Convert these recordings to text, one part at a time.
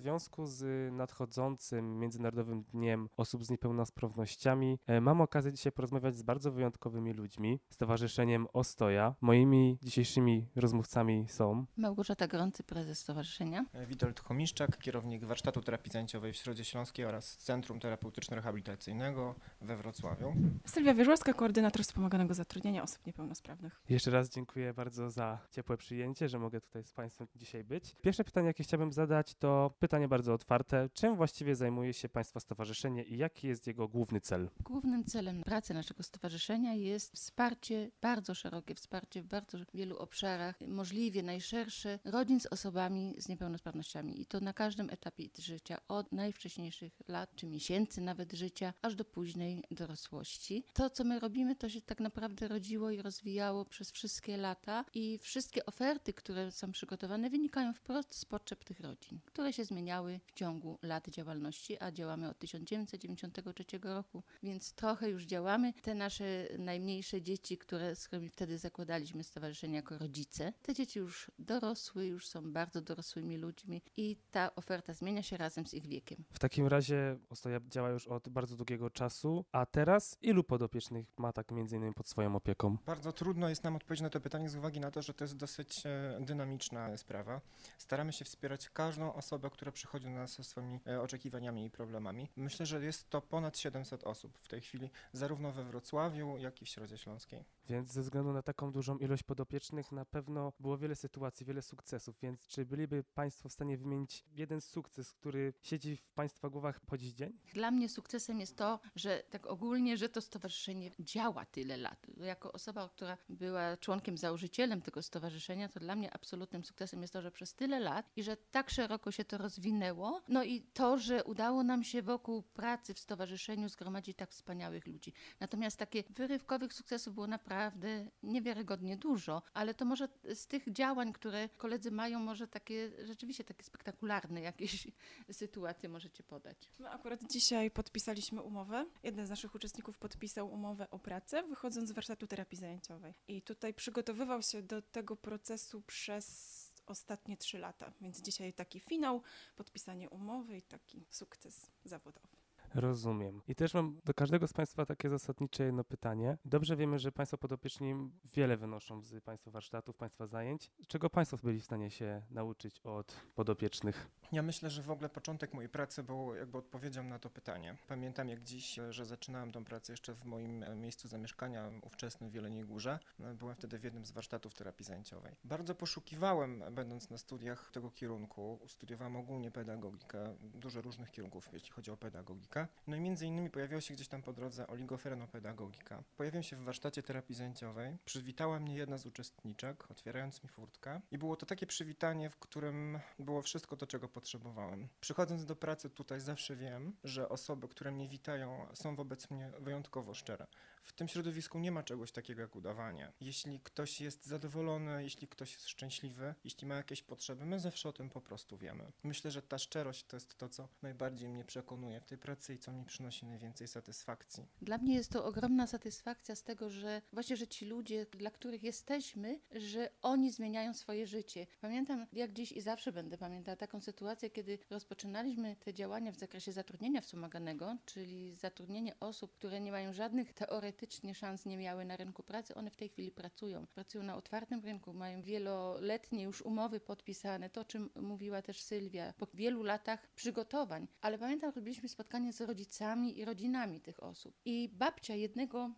związku z nadchodzącym Międzynarodowym Dniem Osób z Niepełnosprawnościami mam okazję dzisiaj porozmawiać z bardzo wyjątkowymi ludźmi, Stowarzyszeniem Ostoja. Moimi dzisiejszymi rozmówcami są Małgorzata Gorący, prezes stowarzyszenia. Witold Chomiszczak, kierownik Warsztatu Terapii Zajęciowej w Środzie Śląskiej oraz Centrum Terapeutyczno-Rehabilitacyjnego we Wrocławiu. Sylwia Wierzłowska, koordynator wspomaganego zatrudnienia osób niepełnosprawnych. Jeszcze raz dziękuję bardzo za ciepłe przyjęcie, że mogę tutaj z Państwem dzisiaj być. Pierwsze pytanie, jakie chciałbym zadać, to pytanie bardzo otwarte. Czym właściwie zajmuje się Państwa stowarzyszenie i jaki jest jego główny cel? Głównym celem pracy naszego stowarzyszenia jest wsparcie, bardzo szerokie wsparcie w bardzo wielu obszarach, możliwie najszersze, rodzin z osobami z niepełnosprawnościami. I to na każdym etapie życia, od najwcześniejszych lat czy miesięcy nawet życia, aż do późnej dorosłości. To, co my robimy, to się tak naprawdę rodziło i rozwijało przez wszystkie lata i wszystkie oferty, które są przygotowane, wynikają wprost z potrzeb tych rodzin, które się zmieniały w ciągu lat działalności, a działamy od 1993 roku, więc trochę już działamy. Te nasze najmniejsze dzieci, z którymi wtedy zakładaliśmy stowarzyszenie jako rodzice, te dzieci już dorosły, już są bardzo dorosłymi ludźmi i ta oferta zmienia się razem z ich wiekiem. W takim razie Ostoja działa już od bardzo długiego czasu, a teraz ilu podopiecznych ma tak między innymi pod swoją opieką? Bardzo trudno jest nam odpowiedzieć na to pytanie z uwagi na to, że to jest dosyć dynamiczna sprawa. Staramy się wspierać każdą osobę, która przychodzi do nas ze swoimi oczekiwaniami i problemami. Myślę, że jest to ponad 700 osób w tej chwili, zarówno we Wrocławiu, jak i w Środzie Śląskiej. Więc ze względu na taką dużą ilość podopiecznych na pewno było wiele sytuacji, wiele sukcesów, więc czy byliby Państwo w stanie wymienić jeden sukces, który siedzi w Państwa głowach po dziś dzień? Dla mnie sukcesem jest to, że tak ogólnie, że to stowarzyszenie działa tyle lat. Jako osoba, która była członkiem, założycielem tego stowarzyszenia, to dla mnie absolutnym sukcesem jest to, że przez tyle lat i że tak szeroko się to rozwinęło, no i to, że udało nam się wokół pracy w stowarzyszeniu zgromadzić tak wspaniałych ludzi. Natomiast takie wyrywkowych sukcesów było naprawdę niewiarygodnie dużo, ale to może z tych działań, które koledzy mają, może rzeczywiście takie spektakularne jakieś sytuacje możecie podać. My akurat dzisiaj podpisaliśmy umowę. Jeden z naszych uczestników podpisał umowę o pracę, wychodząc z warsztatu terapii zajęciowej. I tutaj przygotowywał się do tego procesu przez ostatnie 3 lata. Więc dzisiaj taki finał, podpisanie umowy i taki sukces zawodowy. Rozumiem. I też mam do każdego z Państwa takie zasadnicze jedno pytanie. Dobrze wiemy, że Państwo podopieczni wiele wynoszą z Państwa warsztatów, Państwa zajęć. Czego Państwo byli w stanie się nauczyć od podopiecznych? Ja myślę, że w ogóle początek mojej pracy był jakby odpowiedzią na to pytanie. Pamiętam jak dziś, że zaczynałem tą pracę jeszcze w moim miejscu zamieszkania ówczesnym w Jeleniej Górze. Byłem wtedy w jednym z warsztatów terapii zajęciowej. Bardzo poszukiwałem, będąc na studiach tego kierunku. Studiowałem ogólnie pedagogikę, dużo różnych kierunków, jeśli chodzi o pedagogikę. No i między innymi pojawiła się gdzieś tam po drodze oligofrenopedagogika. Pojawiłem się w warsztacie terapii zajęciowej. Przywitała mnie jedna z uczestniczek, otwierając mi furtkę. I było to takie przywitanie, w którym było wszystko to, czego potrzebowałem. Przychodząc do pracy tutaj zawsze wiem, że osoby, które mnie witają, są wobec mnie wyjątkowo szczere. W tym środowisku nie ma czegoś takiego jak udawanie. Jeśli ktoś jest zadowolony, jeśli ktoś jest szczęśliwy, jeśli ma jakieś potrzeby, my zawsze o tym po prostu wiemy. Myślę, że ta szczerość to jest to, co najbardziej mnie przekonuje w tej pracy i co mi przynosi najwięcej satysfakcji. Dla mnie jest to ogromna satysfakcja z tego, że właśnie, że ci ludzie, dla których jesteśmy, że oni zmieniają swoje życie. Pamiętam, jak dziś i zawsze będę pamiętała taką sytuację, kiedy rozpoczynaliśmy te działania w zakresie zatrudnienia wspomaganego, czyli zatrudnienie osób, które nie mają żadnych teoretycznie szans, nie miały na rynku pracy, one w tej chwili pracują. Pracują na otwartym rynku, mają wieloletnie już umowy podpisane, to o czym mówiła też Sylwia, po wielu latach przygotowań. Ale pamiętam, robiliśmy spotkanie z rodzicami i rodzinami tych osób. I babcia jednego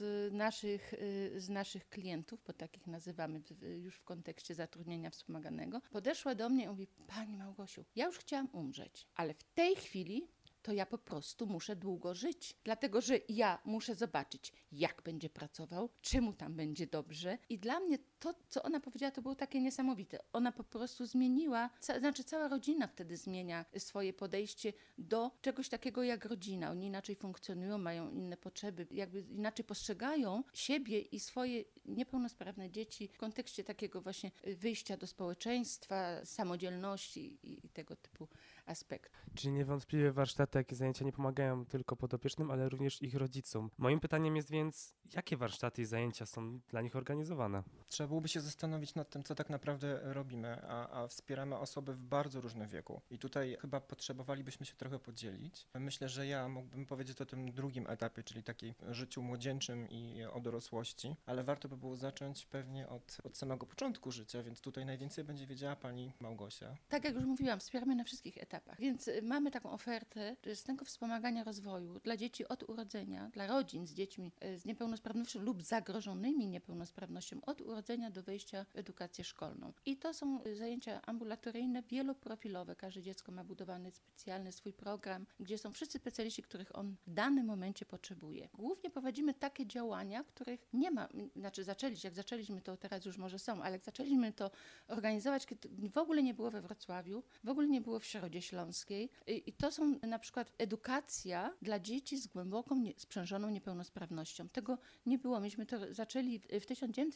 z naszych klientów, bo takich nazywamy już w kontekście zatrudnienia wspomaganego, podeszła do mnie i mówi: Pani Małgosiu, ja już chciałam umrzeć, ale w tej chwili to ja po prostu muszę długo żyć. Dlatego, że ja muszę zobaczyć, jak będzie pracował, czy mu tam będzie dobrze. I dla mnie to, co ona powiedziała, to było takie niesamowite. Ona po prostu zmieniła, cała rodzina wtedy zmienia swoje podejście do czegoś takiego jak rodzina. Oni inaczej funkcjonują, mają inne potrzeby, jakby inaczej postrzegają siebie i swoje niepełnosprawne dzieci w kontekście takiego właśnie wyjścia do społeczeństwa, samodzielności i tego typu aspektów. Czyli niewątpliwie warsztaty, jakie zajęcia nie pomagają tylko podopiecznym, ale również ich rodzicom. Moim pytaniem jest więc, jakie warsztaty i zajęcia są dla nich organizowane? Trzeba było byłoby się zastanowić nad tym, co tak naprawdę robimy, a wspieramy osoby w bardzo różnym wieku. I tutaj chyba potrzebowalibyśmy się trochę podzielić. Myślę, że ja mógłbym powiedzieć o tym drugim etapie, czyli takiej życiu młodzieńczym i o dorosłości, ale warto by było zacząć pewnie od samego początku życia, więc tutaj najwięcej będzie wiedziała pani Małgosia. Tak jak już mówiłam, wspieramy na wszystkich etapach, więc mamy taką ofertę wczesnego wspomagania rozwoju dla dzieci od urodzenia, dla rodzin z dziećmi z niepełnosprawnością lub zagrożonymi niepełnosprawnością od urodzenia do wejścia w edukację szkolną. I to są zajęcia ambulatoryjne, wieloprofilowe. Każde dziecko ma budowany specjalny swój program, gdzie są wszyscy specjaliści, których on w danym momencie potrzebuje. Głównie prowadzimy takie działania, których nie ma, jak zaczęliśmy to, teraz już może są, ale jak zaczęliśmy to organizować, kiedy w ogóle nie było we Wrocławiu, w ogóle nie było w Środzie Śląskiej i to są na przykład edukacja dla dzieci z głęboką, sprzężoną niepełnosprawnością. Tego nie było. Myśmy to zaczęli w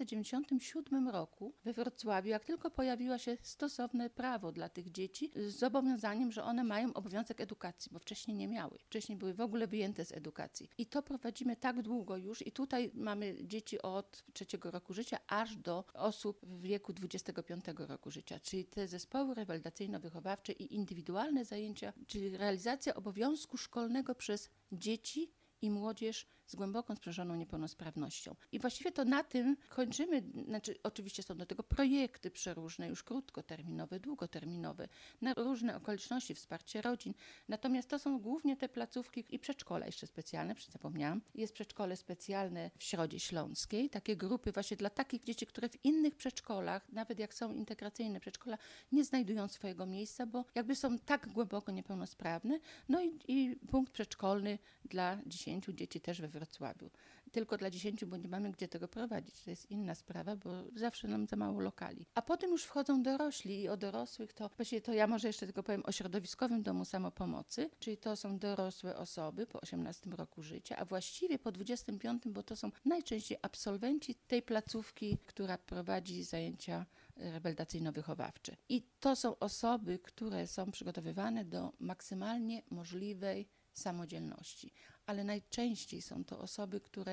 1997 roku we Wrocławiu, jak tylko pojawiło się stosowne prawo dla tych dzieci z zobowiązaniem, że one mają obowiązek edukacji, bo wcześniej nie miały. Wcześniej były w ogóle wyjęte z edukacji. I to prowadzimy tak długo już i tutaj mamy dzieci od 3 roku życia aż do osób w wieku 25 roku życia, czyli te zespoły rewalidacyjno-wychowawcze i indywidualne zajęcia, czyli realizacja obowiązku szkolnego przez dzieci i młodzież z głęboką sprzężoną niepełnosprawnością. I właściwie to na tym kończymy, oczywiście są do tego projekty przeróżne, już krótkoterminowe, długoterminowe, na różne okoliczności, wsparcie rodzin. Natomiast to są głównie te placówki i przedszkola jeszcze specjalne, zapomniałam. Jest przedszkole specjalne w Środzie Śląskiej, takie grupy właśnie dla takich dzieci, które w innych przedszkolach, nawet jak są integracyjne przedszkola, nie znajdują swojego miejsca, bo jakby są tak głęboko niepełnosprawne. No i punkt przedszkolny dla 10 dzieci też we Wrocławiu. Tylko dla 10, bo nie mamy gdzie tego prowadzić. To jest inna sprawa, bo zawsze nam za mało lokali. A potem już wchodzą dorośli i o dorosłych to, właściwie to ja może jeszcze tylko powiem o środowiskowym domu samopomocy, czyli to są dorosłe osoby po 18 roku życia, a właściwie po 25, bo to są najczęściej absolwenci tej placówki, która prowadzi zajęcia rehabilitacyjno-wychowawcze. I to są osoby, które są przygotowywane do maksymalnie możliwej samodzielności, ale najczęściej są to osoby, które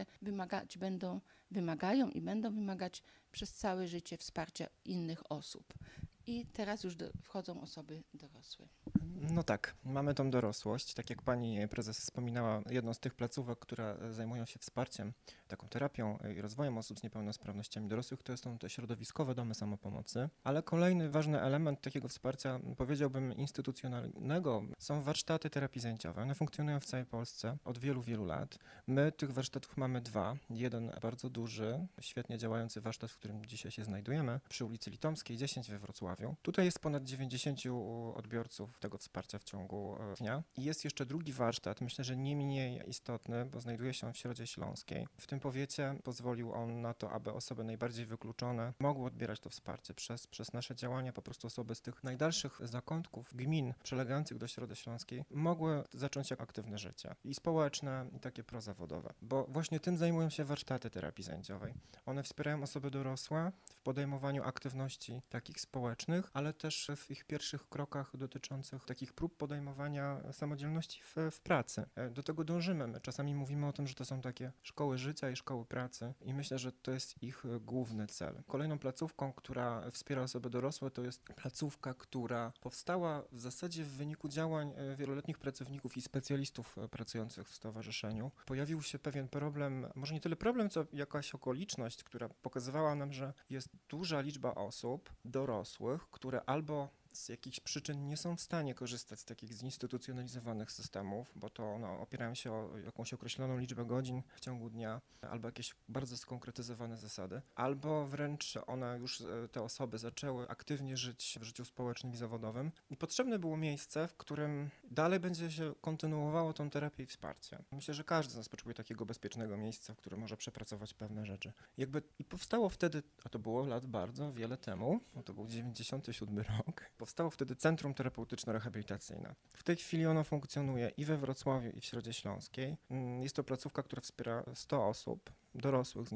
wymagają i będą wymagać przez całe życie wsparcia innych osób. I teraz już wchodzą osoby dorosłe. No tak, mamy tą dorosłość. Tak jak pani prezes wspominała, jedną z tych placówek, które zajmują się wsparciem, taką terapią i rozwojem osób z niepełnosprawnościami dorosłych, to są te środowiskowe domy samopomocy. Ale kolejny ważny element takiego wsparcia, powiedziałbym instytucjonalnego, są warsztaty terapii zajęciowej. One funkcjonują w całej Polsce od wielu, wielu lat. My tych warsztatów mamy 2. Jeden bardzo duży, świetnie działający warsztat, w którym dzisiaj się znajdujemy, przy ulicy Litomskiej 10 we Wrocławiu. Tutaj jest ponad 90 odbiorców tego wsparcia w ciągu dnia. I jest jeszcze drugi warsztat, myślę, że nie mniej istotny, bo znajduje się w Środzie Śląskiej. W tym powiecie pozwolił on na to, aby osoby najbardziej wykluczone mogły odbierać to wsparcie. Przez nasze działania po prostu osoby z tych najdalszych zakątków gmin przylegających do Środy Śląskiej mogły zacząć aktywne życie. I społeczne, i takie prozawodowe. Bo właśnie tym zajmują się warsztaty terapii zajęciowej. One wspierają osoby dorosłe w podejmowaniu aktywności takich społecznych, ale też w ich pierwszych krokach dotyczących takich prób podejmowania samodzielności w pracy. Do tego dążymy. My czasami mówimy o tym, że to są takie szkoły życia i szkoły pracy i myślę, że to jest ich główny cel. Kolejną placówką, która wspiera osoby dorosłe, to jest placówka, która powstała w zasadzie w wyniku działań wieloletnich pracowników i specjalistów pracujących w stowarzyszeniu. Pojawił się pewien problem, może nie tyle problem, co jakaś okoliczność, która pokazywała nam, że jest duża liczba osób dorosłych, które albo z jakichś przyczyn nie są w stanie korzystać z takich zinstytucjonalizowanych systemów, bo to opierają się o jakąś określoną liczbę godzin w ciągu dnia, albo jakieś bardzo skonkretyzowane zasady, albo wręcz one już, te osoby zaczęły aktywnie żyć w życiu społecznym i zawodowym i potrzebne było miejsce, w którym dalej będzie się kontynuowało tą terapię i wsparcie. Myślę, że każdy z nas potrzebuje takiego bezpiecznego miejsca, w którym może przepracować pewne rzeczy. I powstało wtedy, a to było lat bardzo wiele temu, bo to był 97 rok, powstało wtedy Centrum Terapeutyczno-Rehabilitacyjne. W tej chwili ono funkcjonuje i we Wrocławiu, i w Środzie Śląskiej. Jest to placówka, która wspiera 100 osób, dorosłych z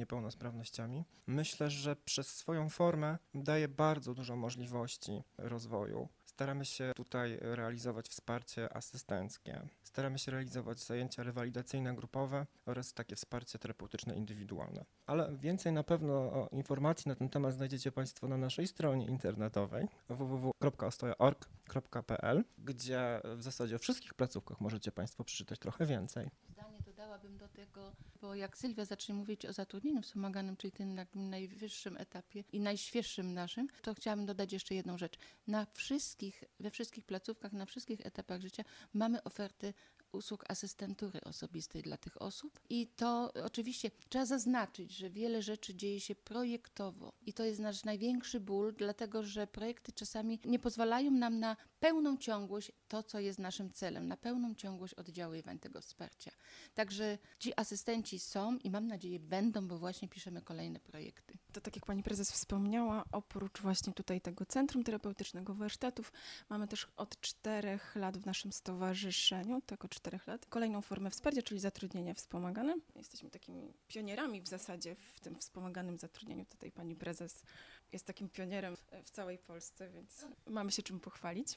niepełnosprawnościami. Myślę, że przez swoją formę daje bardzo dużo możliwości rozwoju Staramy się tutaj realizować wsparcie asystenckie. Staramy się realizować zajęcia rewalidacyjne grupowe oraz takie wsparcie terapeutyczne indywidualne. Ale więcej na pewno informacji na ten temat znajdziecie Państwo na naszej stronie internetowej www.ostoja.org.pl, gdzie w zasadzie o wszystkich placówkach możecie Państwo przeczytać trochę więcej. Zdanie dodałabym do tego, bo jak Sylwia zacznie mówić o zatrudnieniu wspomaganym, czyli tym najwyższym etapie i najświeższym naszym, to chciałabym dodać jeszcze jedną rzecz. We wszystkich placówkach, na wszystkich etapach życia mamy oferty usług asystentury osobistej dla tych osób i to oczywiście trzeba zaznaczyć, że wiele rzeczy dzieje się projektowo i to jest nasz największy ból, dlatego że projekty czasami nie pozwalają nam na pełną ciągłość, to co jest naszym celem, na pełną ciągłość oddziaływań tego wsparcia. Także ci asystenci są i mam nadzieję będą, bo właśnie piszemy kolejne projekty. To tak jak pani prezes wspomniała, oprócz właśnie tutaj tego Centrum Terapeutycznego Warsztatów, mamy też od 4 lat w naszym stowarzyszeniu, tak od 4 lat, kolejną formę wsparcia, czyli zatrudnienie wspomagane. Jesteśmy takimi pionierami w zasadzie w tym wspomaganym zatrudnieniu. Tutaj pani prezes jest takim pionierem w całej Polsce, więc mamy się czym pochwalić.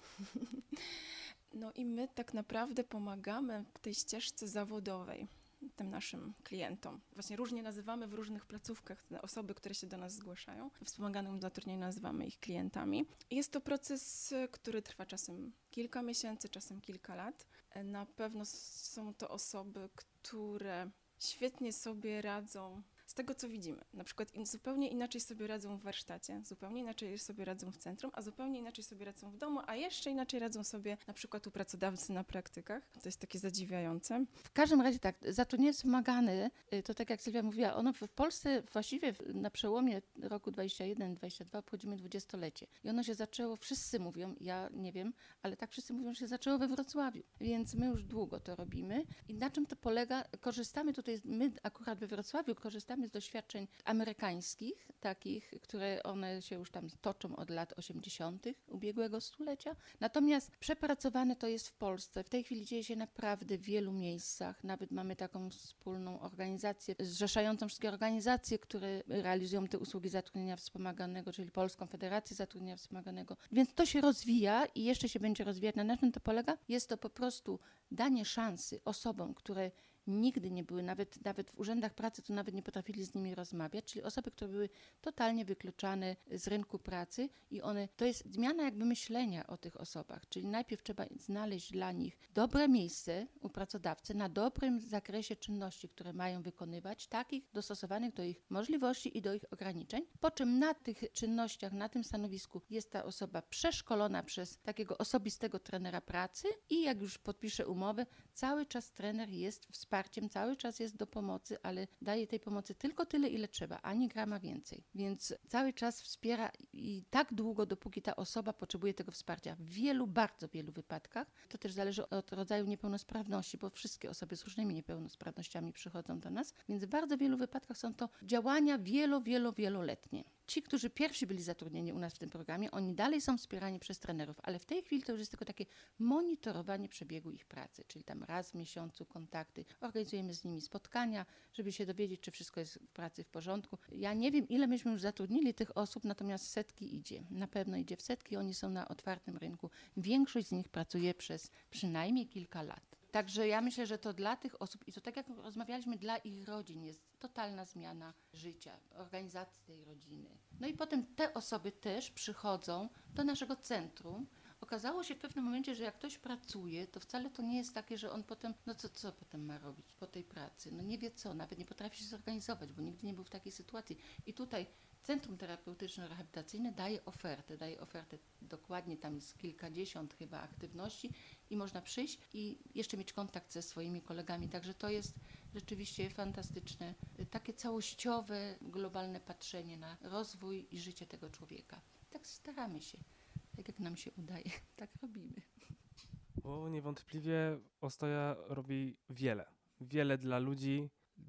No i my tak naprawdę pomagamy w tej ścieżce zawodowej tym naszym klientom. Właśnie różnie nazywamy w różnych placówkach te osoby, które się do nas zgłaszają. W wspomaganym zatrudnieniu nazywamy ich klientami. Jest to proces, który trwa czasem kilka miesięcy, czasem kilka lat. Na pewno są to osoby, które świetnie sobie radzą z tego, co widzimy. Na przykład zupełnie inaczej sobie radzą w warsztacie, zupełnie inaczej sobie radzą w centrum, a zupełnie inaczej sobie radzą w domu, a jeszcze inaczej radzą sobie na przykład u pracodawcy na praktykach. To jest takie zadziwiające. W każdym razie tak, zatrudnienie wspomagane, to tak jak Sylwia mówiła, ono w Polsce właściwie na przełomie roku 21-22 obchodzimy 20-lecie. I ono się zaczęło, wszyscy mówią, ja nie wiem, ale tak wszyscy mówią, że się zaczęło we Wrocławiu. Więc my już długo to robimy. I na czym to polega? Korzystamy tutaj, my akurat we Wrocławiu korzystamy z doświadczeń amerykańskich, takich, które one się już tam toczą od lat 80. ubiegłego stulecia. Natomiast przepracowane to jest w Polsce. W tej chwili dzieje się naprawdę w wielu miejscach. Nawet mamy taką wspólną organizację, zrzeszającą wszystkie organizacje, które realizują te usługi zatrudnienia wspomaganego, czyli Polską Federację Zatrudnienia Wspomaganego. Więc to się rozwija i jeszcze się będzie rozwijać. Na czym to polega? Jest to po prostu danie szansy osobom, które nigdy nie były, nawet w urzędach pracy, to nawet nie potrafili z nimi rozmawiać, czyli osoby, które były totalnie wykluczane z rynku pracy i to jest zmiana jakby myślenia o tych osobach, czyli najpierw trzeba znaleźć dla nich dobre miejsce u pracodawcy na dobrym zakresie czynności, które mają wykonywać, takich dostosowanych do ich możliwości i do ich ograniczeń, po czym na tych czynnościach, na tym stanowisku jest ta osoba przeszkolona przez takiego osobistego trenera pracy i jak już podpisze umowę, cały czas trener jest wsparciem, cały czas jest do pomocy, ale daje tej pomocy tylko tyle, ile trzeba, ani grama więcej. Więc cały czas wspiera i tak długo, dopóki ta osoba potrzebuje tego wsparcia. W bardzo wielu wypadkach, to też zależy od rodzaju niepełnosprawności, bo wszystkie osoby z różnymi niepełnosprawnościami przychodzą do nas, więc w bardzo wielu wypadkach są to działania wieloletnie. Ci, którzy pierwsi byli zatrudnieni u nas w tym programie, oni dalej są wspierani przez trenerów, ale w tej chwili to już jest tylko takie monitorowanie przebiegu ich pracy, czyli tam raz w miesiącu kontakty, organizujemy z nimi spotkania, żeby się dowiedzieć, czy wszystko jest w pracy w porządku. Ja nie wiem, ile myśmy już zatrudnili tych osób, natomiast setki idzie. Na pewno idzie w setki, oni są na otwartym rynku. Większość z nich pracuje przez przynajmniej kilka lat. Także ja myślę, że to dla tych osób, i to tak jak rozmawialiśmy, dla ich rodzin jest totalna zmiana życia, organizacji tej rodziny. No i potem te osoby też przychodzą do naszego centrum. Okazało się w pewnym momencie, że jak ktoś pracuje, to wcale to nie jest takie, że on potem, no co potem ma robić po tej pracy? No nie wie co, nawet nie potrafi się zorganizować, bo nigdy nie był w takiej sytuacji. I tutaj Centrum Terapeutyczno-Rehabilitacyjne daje ofertę dokładnie, tam jest kilkadziesiąt chyba aktywności i można przyjść i jeszcze mieć kontakt ze swoimi kolegami. Także to jest rzeczywiście fantastyczne, takie całościowe, globalne patrzenie na rozwój i życie tego człowieka. Tak staramy się, tak jak nam się udaje, tak robimy. Bo niewątpliwie Ostoja robi wiele dla ludzi,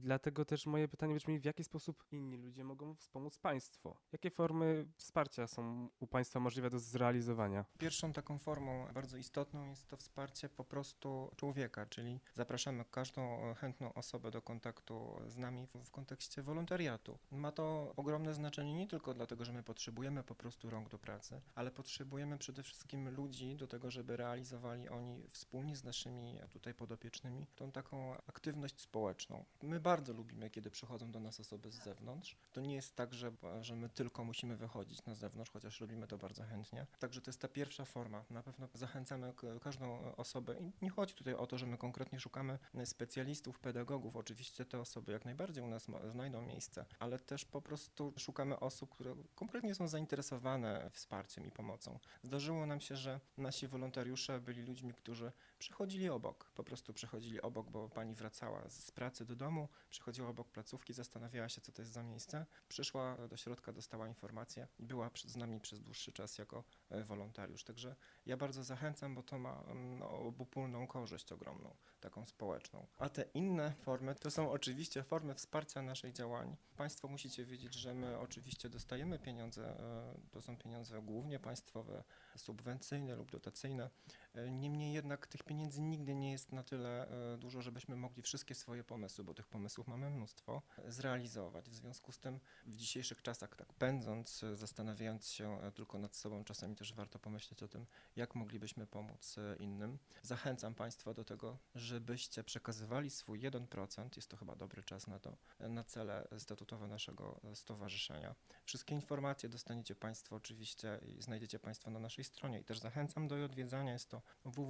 Dlatego też moje pytanie brzmi, w jaki sposób inni ludzie mogą wspomóc państwo? Jakie formy wsparcia są u państwa możliwe do zrealizowania? Pierwszą taką formą bardzo istotną jest to wsparcie po prostu człowieka, czyli zapraszamy każdą chętną osobę do kontaktu z nami w kontekście wolontariatu. Ma to ogromne znaczenie nie tylko dlatego, że my potrzebujemy po prostu rąk do pracy, ale potrzebujemy przede wszystkim ludzi do tego, żeby realizowali oni wspólnie z naszymi tutaj podopiecznymi tą taką aktywność społeczną. My bardzo lubimy, kiedy przychodzą do nas osoby z zewnątrz. To nie jest tak, że my tylko musimy wychodzić na zewnątrz, chociaż robimy to bardzo chętnie. Także to jest ta pierwsza forma. Na pewno zachęcamy każdą osobę i nie chodzi tutaj o to, że my konkretnie szukamy specjalistów, pedagogów. Oczywiście te osoby jak najbardziej u nas znajdą miejsce, ale też po prostu szukamy osób, które konkretnie są zainteresowane wsparciem i pomocą. Zdarzyło nam się, że nasi wolontariusze byli ludźmi, którzy przechodzili obok, po prostu przechodzili obok, bo pani wracała z pracy do domu, przechodziła obok placówki, zastanawiała się, co to jest za miejsce, przyszła do środka, dostała informację i była z nami przez dłuższy czas jako wolontariusz. Także ja bardzo zachęcam, bo to ma obopólną korzyść ogromną, taką społeczną. A te inne formy to są oczywiście formy wsparcia naszych działań. Państwo musicie wiedzieć, że my oczywiście dostajemy pieniądze, to są pieniądze głównie państwowe, subwencyjne lub dotacyjne. Niemniej jednak tych pieniędzy nigdy nie jest na tyle dużo, żebyśmy mogli wszystkie swoje pomysły, bo tych pomysłów mamy mnóstwo, zrealizować. W związku z tym w dzisiejszych czasach tak pędząc, zastanawiając się tylko nad sobą, czasami też warto pomyśleć o tym, jak moglibyśmy pomóc innym. Zachęcam Państwa do tego, żebyście przekazywali swój 1%, jest to chyba dobry czas na to, na cele statutowe naszego stowarzyszenia. Wszystkie informacje dostaniecie Państwo oczywiście i znajdziecie Państwo na naszej stronie i też zachęcam do jej odwiedzania, jest to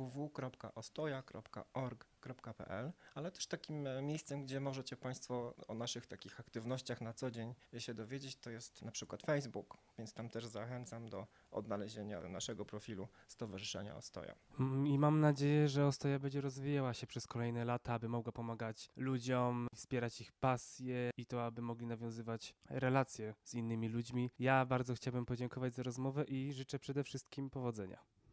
www.ostoja.org.pl, ale też takim miejscem, gdzie możecie Państwo o naszych takich aktywnościach na co dzień się dowiedzieć, to jest na przykład Facebook, więc tam też zachęcam do odnalezienia naszego profilu Stowarzyszenia Ostoja. I mam nadzieję, że Ostoja będzie rozwijała się przez kolejne lata, aby mogła pomagać ludziom, wspierać ich pasje i to, aby mogli nawiązywać relacje z innymi ludźmi. Ja bardzo chciałbym podziękować za rozmowę i życzę przede wszystkim powodzenia.